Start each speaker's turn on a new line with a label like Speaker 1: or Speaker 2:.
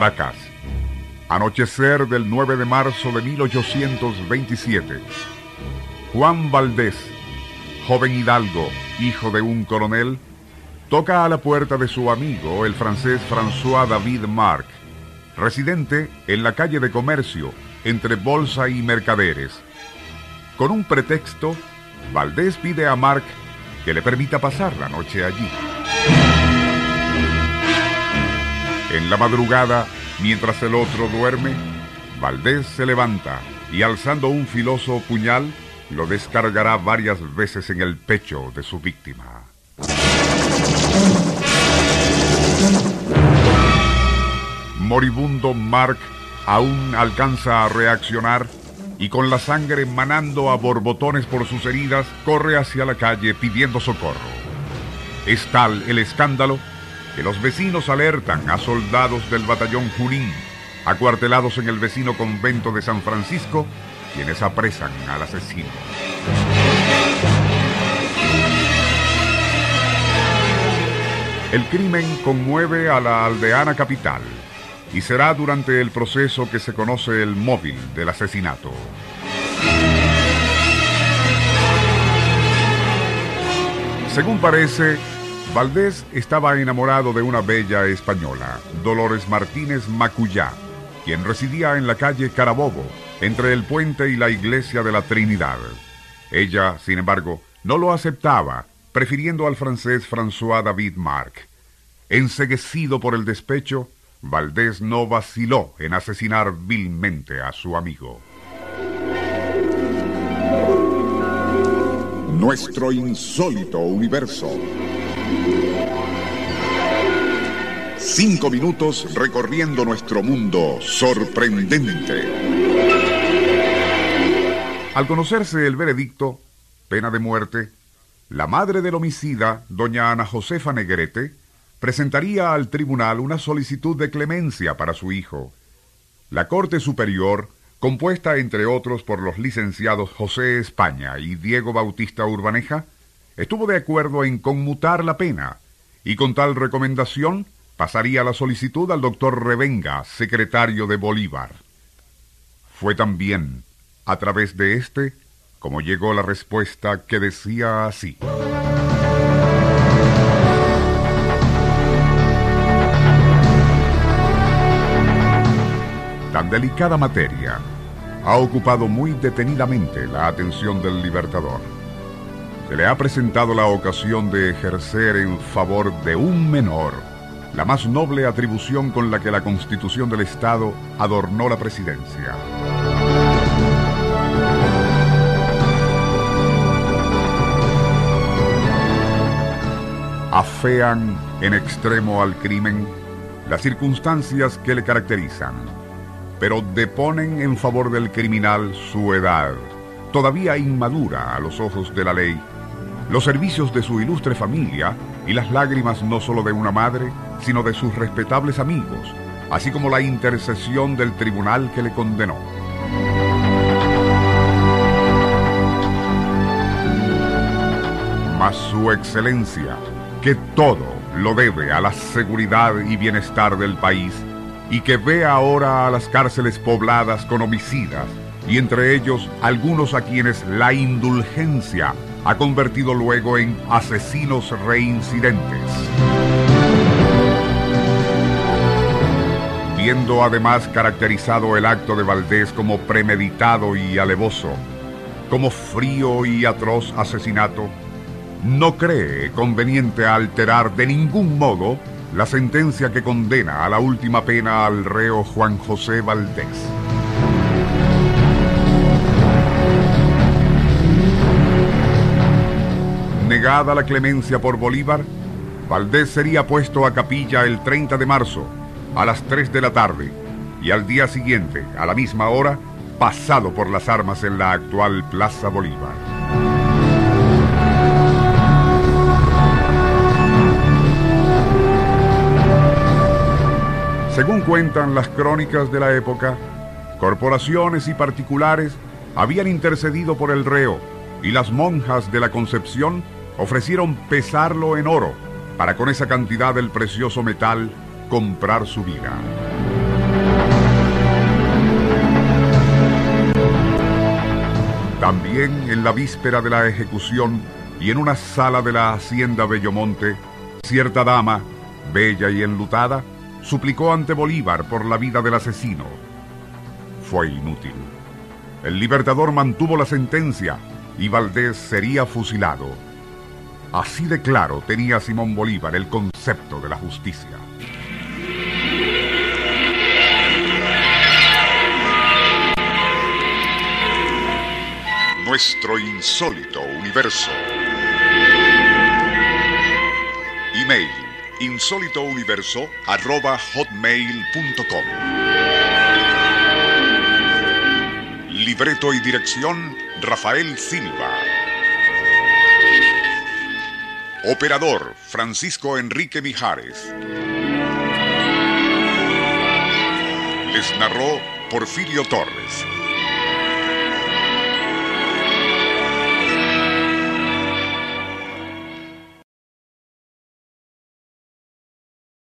Speaker 1: Caracas. Anochecer del 9 de marzo de 1827. Juan Valdés, joven hidalgo, hijo de un coronel, toca a la puerta de su amigo, el francés François David Marc, residente en la calle de Comercio, entre Bolsa y Mercaderes. Con un pretexto, Valdés pide a Marc que le permita pasar la noche allí. En la madrugada, mientras el otro duerme, Valdés se levanta y, alzando un filoso puñal, lo descargará varias veces en el pecho de su víctima. Moribundo, Marc aún alcanza a reaccionar y, con la sangre manando a borbotones por sus heridas, corre hacia la calle pidiendo socorro. Es tal el escándalo que los vecinos alertan a soldados del batallón Junín, acuartelados en el vecino convento de San Francisco, quienes apresan al asesino. El crimen conmueve a la aldeana capital y será durante el proceso que se conoce el móvil del asesinato. Según parece, Valdés estaba enamorado de una bella española, Dolores Martínez Macuyá, quien residía en la calle Carabobo, entre el puente y la iglesia de la Trinidad. Ella, sin embargo, no lo aceptaba, prefiriendo al francés François David Marc. Enceguecido por el despecho, Valdés no vaciló en asesinar vilmente a su amigo.
Speaker 2: Nuestro insólito universo. 5 minutos recorriendo nuestro mundo sorprendente.
Speaker 1: Al conocerse el veredicto, pena de muerte, la madre del homicida, doña Ana Josefa Negrete, presentaría al tribunal una solicitud de clemencia para su hijo. La Corte Superior, compuesta entre otros por los licenciados José España y Diego Bautista Urbaneja, estuvo de acuerdo en conmutar la pena, y con tal recomendación pasaría la solicitud al doctor Revenga, secretario de Bolívar. Fue también a través de este como llegó la respuesta, que decía así: tan delicada materia ha ocupado muy detenidamente la atención del Libertador. Se le ha presentado la ocasión de ejercer en favor de un menor la más noble atribución con la que la Constitución del Estado adornó la presidencia. Afean en extremo al crimen las circunstancias que le caracterizan, pero deponen en favor del criminal su edad, todavía inmadura a los ojos de la ley, los servicios de su ilustre familia y las lágrimas no solo de una madre, sino de sus respetables amigos, así como la intercesión del tribunal que le condenó. Mas su excelencia, que todo lo debe a la seguridad y bienestar del país, y que ve ahora a las cárceles pobladas con homicidas, y entre ellos algunos a quienes la indulgencia ha convertido luego en asesinos reincidentes. Viendo además caracterizado el acto de Valdés como premeditado y alevoso, como frío y atroz asesinato, no cree conveniente alterar de ningún modo la sentencia que condena a la última pena al reo Juan José Valdés. Negada la clemencia por Bolívar, Valdés sería puesto a capilla el 30 de marzo a las 3 de la tarde y al día siguiente, a la misma hora, pasado por las armas en la actual Plaza Bolívar. Según cuentan las crónicas de la época, corporaciones y particulares habían intercedido por el reo y las monjas de la Concepción ofrecieron pesarlo en oro para con esa cantidad del precioso metal comprar su vida. También en la víspera de la ejecución y en una sala de la hacienda Bellomonte, cierta dama, bella y enlutada, suplicó ante Bolívar por la vida del asesino. Fue inútil. El Libertador mantuvo la sentencia y Valdés sería fusilado. Así de claro tenía Simón Bolívar el concepto de la justicia.
Speaker 2: Nuestro insólito universo. Email insólitouniverso@hotmail.com. Libreto y dirección Rafael Silva. Operador Francisco Enrique Mijares. Les narró Porfirio Torres.